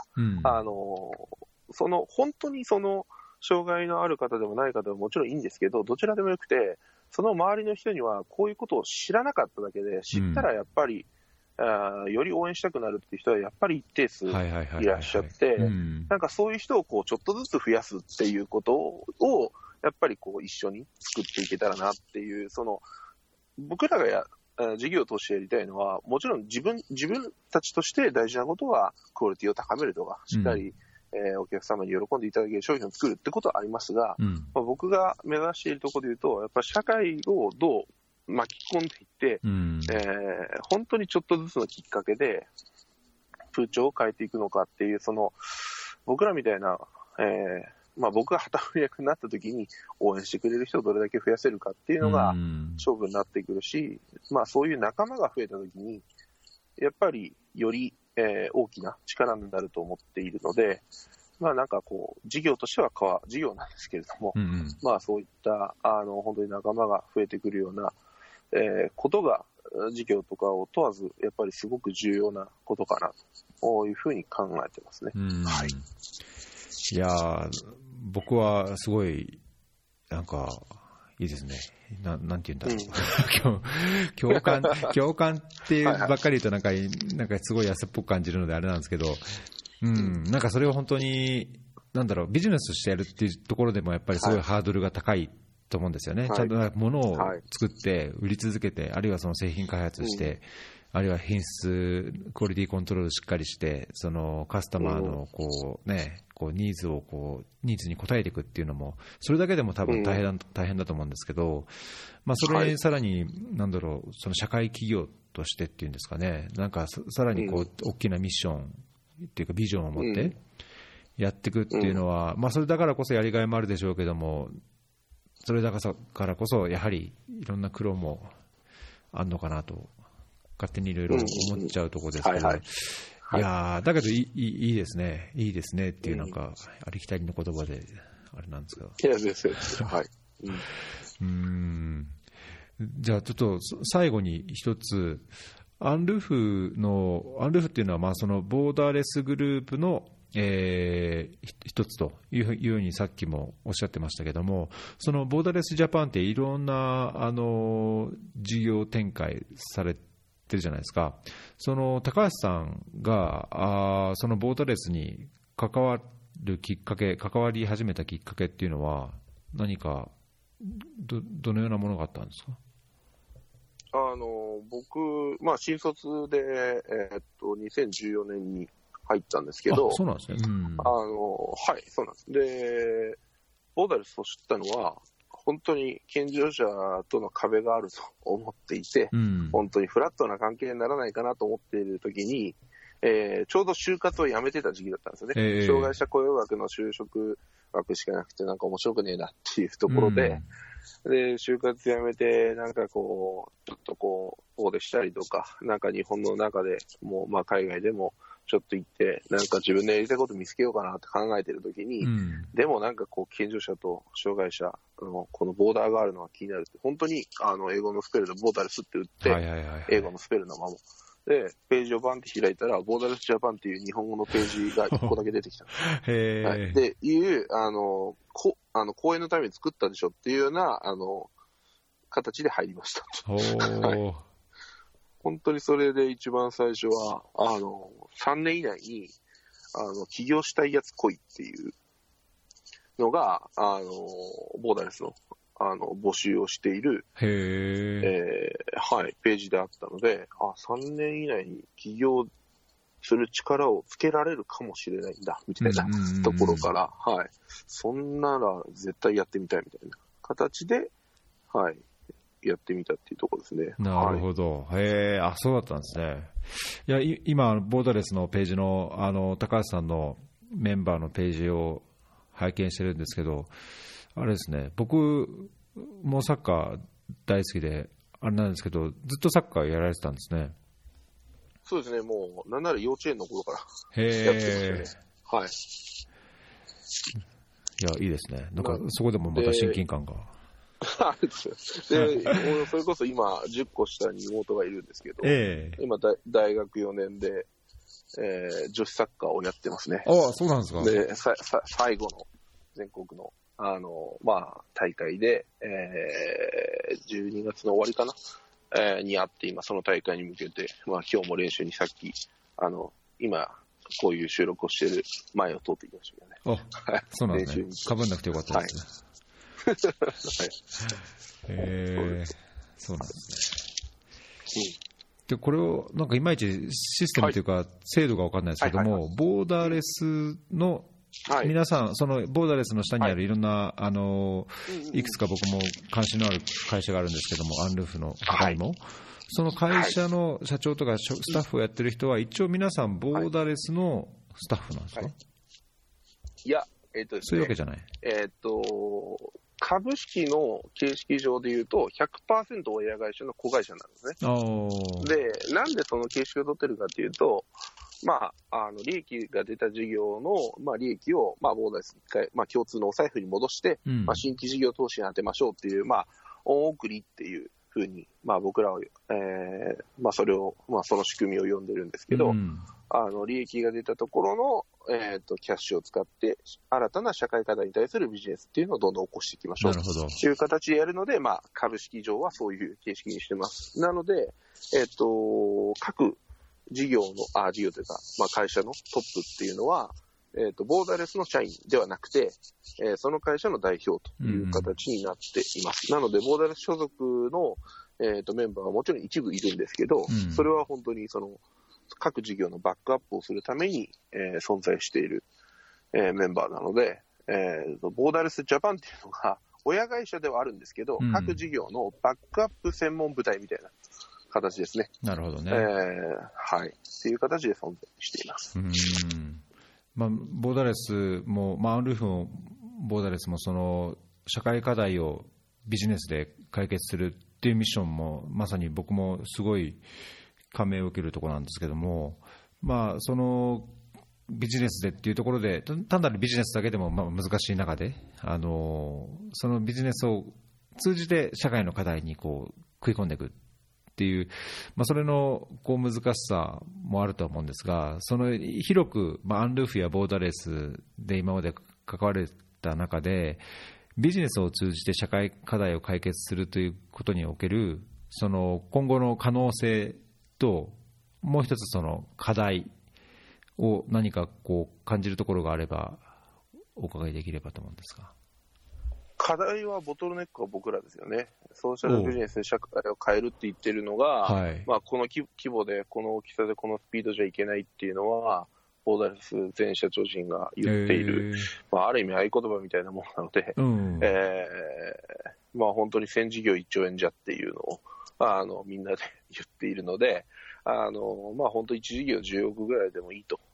本当に障害のある方でもない方でももちろんいいんですけど、どちらでもよくて、その周りの人にはこういうことを知らなかっただけで、知ったらやっぱり、より応援したくなるっていう人はやっぱり一定数いらっしゃって、なんかそういう人をちょっとずつ増やすっていうことをやっぱり一緒に作っていけたらなっていう、僕らが事業を通してやりたいのは、もちろん自分たちとして大事なことはクオリティを高めるとか、しっかり、お客様に喜んでいただける商品を作るってことはありますが、僕が目指しているところでいうと、やっぱり社会をどう巻き込んでいって、本当にちょっとずつのきっかけで風潮を変えていくのかっていう、僕らみたいな、僕が旗振り役になった時に応援してくれる人をどれだけ増やせるかっていうのが勝負になってくるし、そういう仲間が増えた時にやっぱりより、大きな力になると思っているので、なんか事業としては事業なんですけれども、そういった本当に仲間が増えてくるようなことが事業とかを問わずやっぱりすごく重要なことかなというふうに考えてますね。 いや僕はすごいなんかいいですね。なんて言うんだろう共感ってばっかり言うとなんかすごい安っぽく感じるのであれなんですけど、なんかそれを本当にビジネスしてやるっていうところでもやっぱりすごいハードルが高いと思うんですよね。ちゃんと物を作って売り続けて、あるいはその製品開発して、あるいは品質クオリティコントロールしっかりして、そのカスタマーのニーズに応えていくっていうのも、それだけでも多分大変だと思うんですけど、それにさらにその社会企業としてっていうんですかね、なんかさらに大きなミッションっていうかビジョンを持ってやっていくっていうのは、まあ、それだからこそやりがいもあるでしょうけども、それだからこそやはりいろんな苦労もあるのかなと勝手にいろいろ思っちゃうところですけど、いやだけどいいですね、いいですねっていう、なんかありきたりの言葉であれなんですけど、 いやですはい、 じゃあちょっと最後に一つ、アンルフっていうのは、まあそのボーダーレスグループの一つというようにさっきもおっしゃってましたけども、そのボーダーレスジャパンっていろんな事業展開されてるじゃないですか。その高橋さんがそのボーダーレスに関わり始めたきっかけっていうのは何か どのようなものがあったんですか？ 僕、まあ、新卒で、2014年に入ったんですけど、 そうなんですね。 はい、そうなんです。で、ボーダレスを知ったのは、本当に健常者との壁があると思っていて、本当にフラットな関係にならないかなと思っているときに、ちょうど就活を辞めてた時期だったんですよね。障害者雇用学の就職枠しかなくて、なんか面白くねえなっていうところで、で、就活辞めて、なんかこう、ちょっとこう、オーデしたりとか、なんか日本の中でも、まあ海外でもちょっと行って、なんか自分でやりたいこと見つけようかなって考えてるときに、でもなんかこう、健常者と障害者のこのボーダーがあるのが気になるって、本当に英語のスペルでボーダレスって打って、英語のスペルのまま。で、ページをバンって開いたら、ボーダレスジャパンっていう日本語のページが1個だけ出てきたんですはい、で、講演のために作ったでしょっていうような、形で入りました。はい、本当にそれで一番最初は、3年以内に、起業したいやつ来いっていうのが、ボーダレスの、募集をしている、はい、ページであったので、3年以内に起業する力をつけられるかもしれないんだ、みたいなところから、はい、そんなら絶対やってみたいみたいな形で、はい、やってみたっていうところですね。 なるほど。そうだったんですね。いや、今、ボーダレスのページの、高橋さんのメンバーのページを拝見してるんですけど、あれですね、僕もサッカー大好きで、あれなんですけど、ずっとサッカーやられてたんですね。 そうですね、もう、なんなら幼稚園の頃からやってましたね。はい。 いや、いいですね。なんか、そこでもまた親近感が。 で、それこそ今、10個下に妹がいるんですけど、今、大学4年で、女子サッカーをやってますね。 そうなんですか。 で、最後の全国の、大会で、12月の終わりかな、にあって、今、その大会に向けて、今日も練習にさっき、今、こういう収録をしている前を通ってきましたけどね。 そうなんですね。かぶんなくてよかったですね。そうなんですね。で、これを、なんかいまいちシステムというか、制度が分かんないですけども、ボーダーレスの、皆さん、そのボーダーレスの下にあるいろんな、いくつか僕も関心のある会社があるんですけども、アンルーフの他にも、その会社の社長とかスタッフをやってる人は、一応皆さん、ボーダーレスのスタッフなんですか？ いや、ですね、 そういうわけじゃない。 株式の形式上でいうと 100% 親会社の子会社なんですね。で、なんでその形式を取ってるかというと、利益が出た事業の、利益を、ボーダーレス一回、共通のお財布に戻して、新規事業投資に当てましょうっていう、恩送りっていうふうに、僕らは、それを、その仕組みを呼んでるんですけど、利益が出たところの、キャッシュを使って新たな社会課題に対するビジネスっていうのをどんどん起こしていきましょうという形でやるので、株式上はそういう形式にしてます。なので、各事業というか、会社のトップっていうのは、ボーダーレスの社員ではなくて、その会社の代表という形になっています。なので、ボーダーレス所属の、メンバーはもちろん一部いるんですけど、それは本当にその、各事業のバックアップをするために、存在している、メンバーなので、ボーダーレスジャパンっていうのが親会社ではあるんですけど、各事業のバックアップ専門部隊みたいな形ですね。 なるほどね。 はい。っていう形で存在しています。 ボーダレスも、アンルーフもボーダレスもその社会課題をビジネスで解決するっていうミッションもまさに僕もすごい感銘を受けるところなんですけども、そのビジネスでっていうところで単なるビジネスだけでも難しい中で、そのビジネスを通じて社会の課題にこう食い込んでいくっていう、それのこう難しさもあると思うんですが、その広く、アンルーフやボーダレスで今まで関われた中でビジネスを通じて社会課題を解決するということにおけるその今後の可能性と、もう一つその課題を何かこう感じるところがあればお伺いできればと思うんですが。 課題はボトルネックは僕らですよね。ソーシャルビジネスで社会を変えるって言ってるのが、この規模でこの大きさでこのスピードじゃいけないっていうのはボーダレス前社長陣が言っている、ある意味合言葉みたいなものなので、本当に1000事業1兆円じゃっていうのをみんなで言っているので、本当1事業10億ぐらいでもいいと。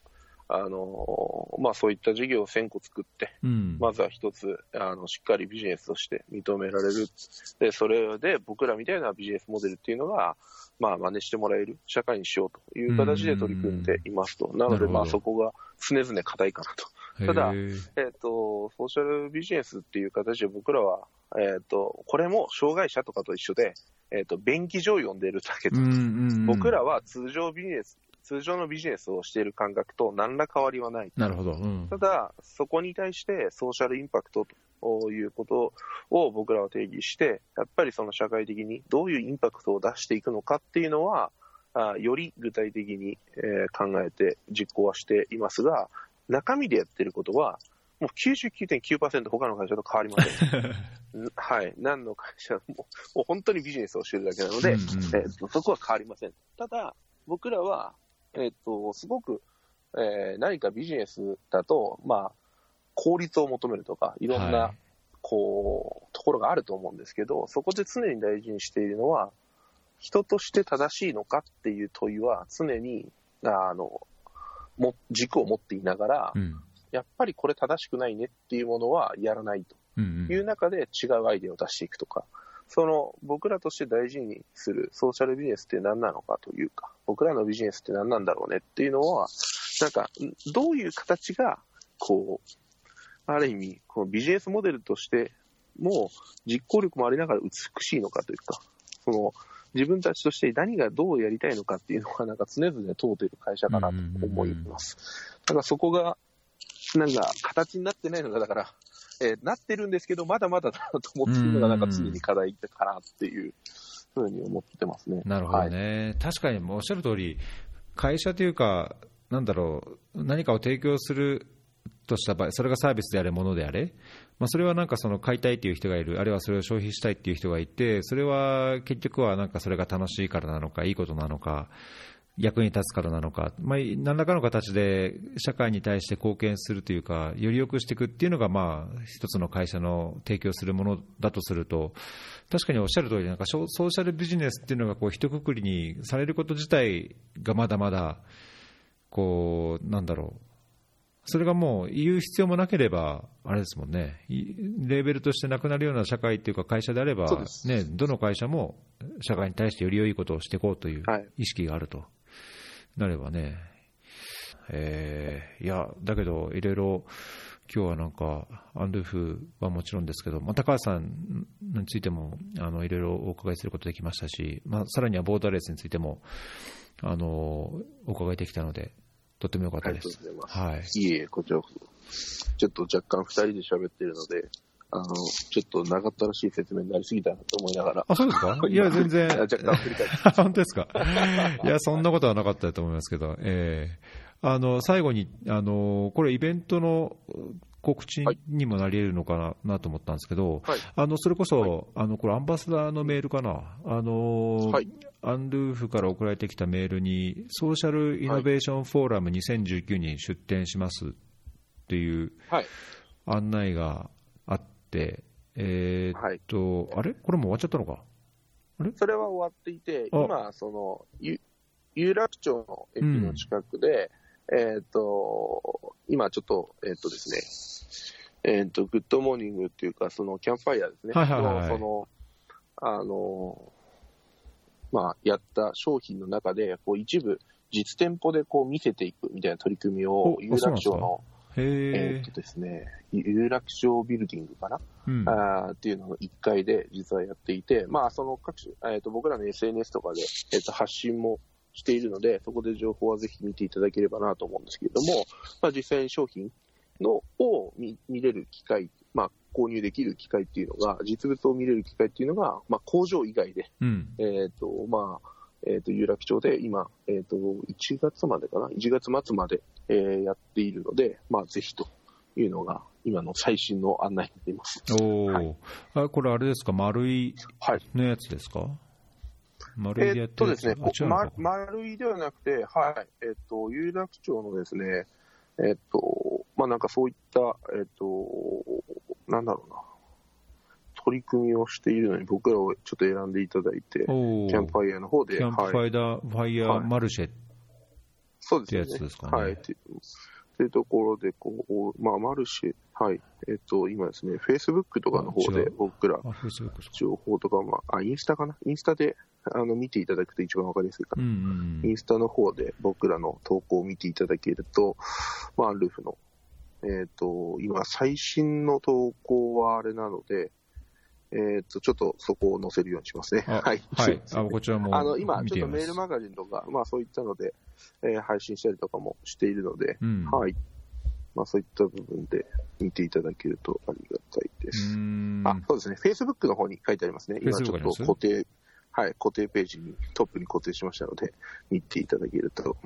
そういった事業を1000個作って、まずは一つしっかりビジネスとして認められる。でそれで僕らみたいなビジネスモデルっていうのが、真似してもらえる社会にしようという形で取り組んでいますと。なのでそこが常々課題かなと。ただ、ソーシャルビジネスっていう形で僕らは、これも障害者とかと一緒で、便宜上読んでるだけと。僕らは通常のビジネスをしている感覚と何ら変わりはない。 なるほど。 ただ、そこに対してソーシャルインパクトということを僕らは定義して、やっぱりその社会的にどういうインパクトを出していくのかっていうのは、より具体的に考えて実行はしていますが、中身でやってることは、もう 99.9% 他の会社と変わりません。はい。何の会社もう本当にビジネスをしているだけなので、そこは変わりません。ただ、僕らは、すごく、何かビジネスだと、効率を求めるとか、いろんな、ところがあると思うんですけど、そこで常に大事にしているのは、人として正しいのかっていう問いは常に、軸を持っていながら、やっぱりこれ正しくないねっていうものはやらないという中で違うアイデアを出していくとか、その僕らとして大事にするソーシャルビジネスって何なのかというか、僕らのビジネスって何なんだろうねっていうのは、どういう形がある意味このビジネスモデルとしても実行力もありながら美しいのかというか、その自分たちとして何がどうやりたいのかっていうのが常々問うている会社かなと思います。だからそこが形になってないのがなってるんですけど、まだまだだなと思っているのが常に課題かなっていうふうに思ってますね。 なるほどね。確かにおっしゃる通り、会社というか何かを提供するとした場合、それがサービスであれものであれ、それはその買いたいという人がいる、あるいはそれを消費したいという人がいて、それは結局はそれが楽しいからなのか、いいことなのか、役に立つからなのか、何らかの形で社会に対して貢献するというか、より良くしていくっていうのが一つの会社の提供するものだとすると、確かにおっしゃる通り、ソーシャルビジネスっていうのが一括りにされること自体がまだまだそれがもう言う必要もなければあれですもんね、レーベルとしてなくなるような社会というか会社であれば、どの会社も社会に対してより良いことをしていこうという意識があるとなればね、いやだけどいろいろ今日はアンルーフはもちろんですけど、高橋さんについてもいろいろお伺いすることできましたし、さらにはボーダレースについてもお伺いできたのでとても良かったです。 いえ、こちらこそ。ちょっと若干2人で喋っているので、ちょっと長ったらしい説明になりすぎたなと思いながら。 あ、そうですか？いや、全然。 若干振り返って。 本当ですか？いや、そんなことはなかったと思いますけど、最後に、これイベントの告知にもなり得るのかなと思ったんですけど、それこそ、これアンバサダーのメールかな、アンルーフから送られてきたメールに、ソーシャルイノベーションフォーラム2019に出展しますっていう案内があって、あれこれもう終わっちゃったのか？ それは終わっていて、今、有楽町の駅の近くで、 今ちょっと、ですね、グッドモーニングっていうか、そのキャンプファイヤーですね。やった商品の中で、こう一部、実店舗でこう見せていくみたいな取り組みを、有楽町の、ですね、有楽町ビルディングかな、っていうのの1階で実はやっていて、その各種、僕らの SNS とかで、発信もしているので、そこで情報はぜひ見ていただければなと思うんですけれども、実際に商品を見れる機会、購入できる機会っていうのが、実物を見れる機会っていうのが、工場以外で、有楽町で今、1月までかな、1月末まで、やっているので、ぜひというのが、今の最新の案内になっています。 これあれですか、丸いのやつですか？丸いでやってるやつですね、丸いではなくて、有楽町のですね、なんかそういった、なんだろうな、取り組みをしているのに、僕らをちょっと選んでいただいて、キャンプファイヤーの方で。 キャンプファイヤーマルシェってやつですかね。 というところでマルシェ、今ですね、Facebook とかの方で僕ら、情報とか、インスタかな、インスタで見ていただくと一番わかりやすいかな、インスタの方で僕らの投稿を見ていただけると、アンルーフの、今、最新の投稿はあれなので、ちょっとそこを載せるようにしますね。 こちらも今、ちょっとメールマガジンとか、そういったので、配信したりとかもしているので、そういった部分で見ていただけるとありがたいです。そうですね、Facebook の方に書いてありますね。今ちょっと固定ページに、トップに固定しましたので、見ていただけると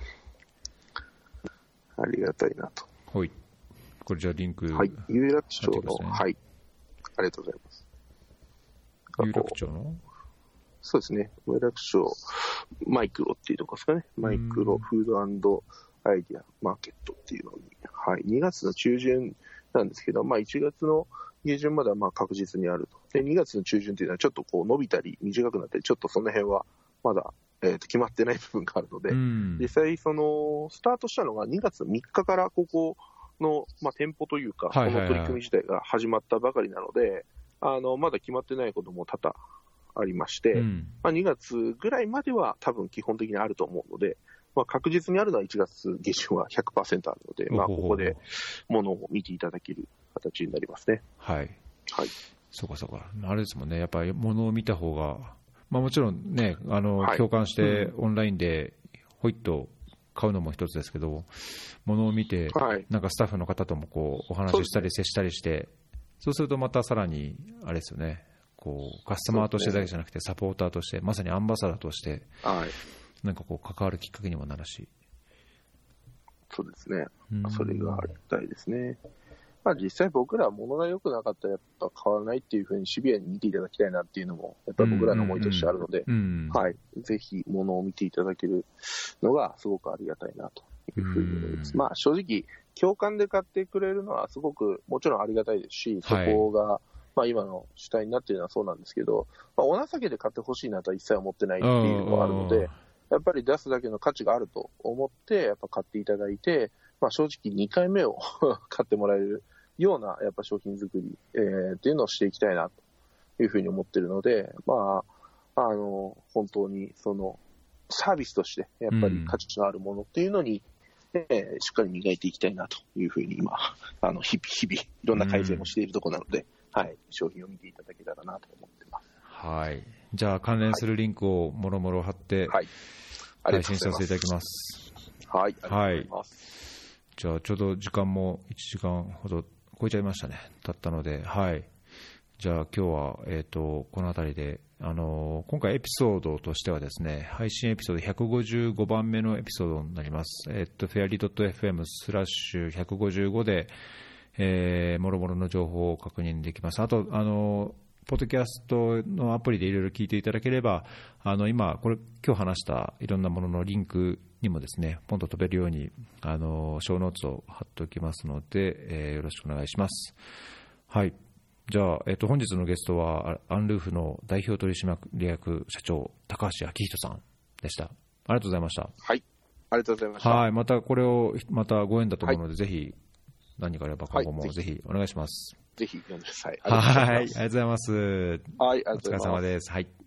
ありがたいなと。 これじゃあリンク、 有楽町の、ありがとうございます。 有楽町の？ そうですね。有楽町マイクロっていうところですかね。マイクロフード&アイディアマーケットっていうのに、2月の中旬なんですけど、1月の下旬までは確実にあると。で、2月の中旬っていうのはちょっとこう伸びたり短くなったり、ちょっとその辺はまだ、決まってない部分があるので、実際そのスタートしたのが2月3日からここの、店舗というか、この取り組み自体が始まったばかりなので、まだ決まってないことも多々ありまして、2月ぐらいまでは多分基本的にあると思うので、確実にあるのは1月下旬は 100% あるので、ここでものを見ていただける形になりますね。 そうか。あれですもんね、やっぱりものを見た方が、もちろんね、共感してオンラインでほいっと買うのも一つですけど、ものを見て、なんかスタッフの方ともこうお話ししたり接したりして、そうするとまたさらにあれですよね、カスタマーとしてだけじゃなくてサポーターとして、まさにアンバサダーとして、なんか関わるきっかけにもなるし。 そうですね。それがありたいですね。実際僕らは物が良くなかったらやっぱ変わらないっていうふうにシビアに見ていただきたいなっていうのもやっぱり僕らの思いとしてあるので、ぜひ物を見ていただけるのがすごくありがたいなというふうに思います。正直共感で買ってくれるのはすごくもちろんありがたいですし、そこが今の主体になっているのはそうなんですけど、お情けで買ってほしいなとは一切思ってないっていうのもあるので、やっぱり出すだけの価値があると思ってやっぱ買っていただいて、正直2回目を買ってもらえるようなやっぱ商品作り、っていうのをしていきたいなというふうに思っているので、本当にそのサービスとしてやっぱり価値のあるものっていうのに、しっかり磨いていきたいなというふうに今日々いろんな改善をしているところなので、商品を見ていただけたらなと思ってます。 じゃあ関連するリンクをもろもろ貼って、配信させていただきます。 ありがとうございます。 じゃあちょうど時間も1時間ほど超えちゃいましたね。経ったので、じゃあ今日はこの辺りで今回エピソードとしてはですね、配信エピソード155番目のエピソードになります。fairly.fm/155 で、もろもろの情報を確認できます。あとポッドキャストのアプリでいろいろ聞いていただければ、今日話したいろんなもののリンクにもですね、ポンと飛べるようにショーノーツを貼っておきますので、よろしくお願いします。じゃあ、本日のゲストはアンルーフの代表取締役社長高橋昭仁さんでした。ありがとうございました。 ありがとうございました。 はい、またこれを、またご縁だと思うので、ぜひ、何かあれば今後もぜひお願いします。 ぜひ読んでください。 はい、ありがとうございます。 はい、ありがとうございます。 お疲れ様です。はい。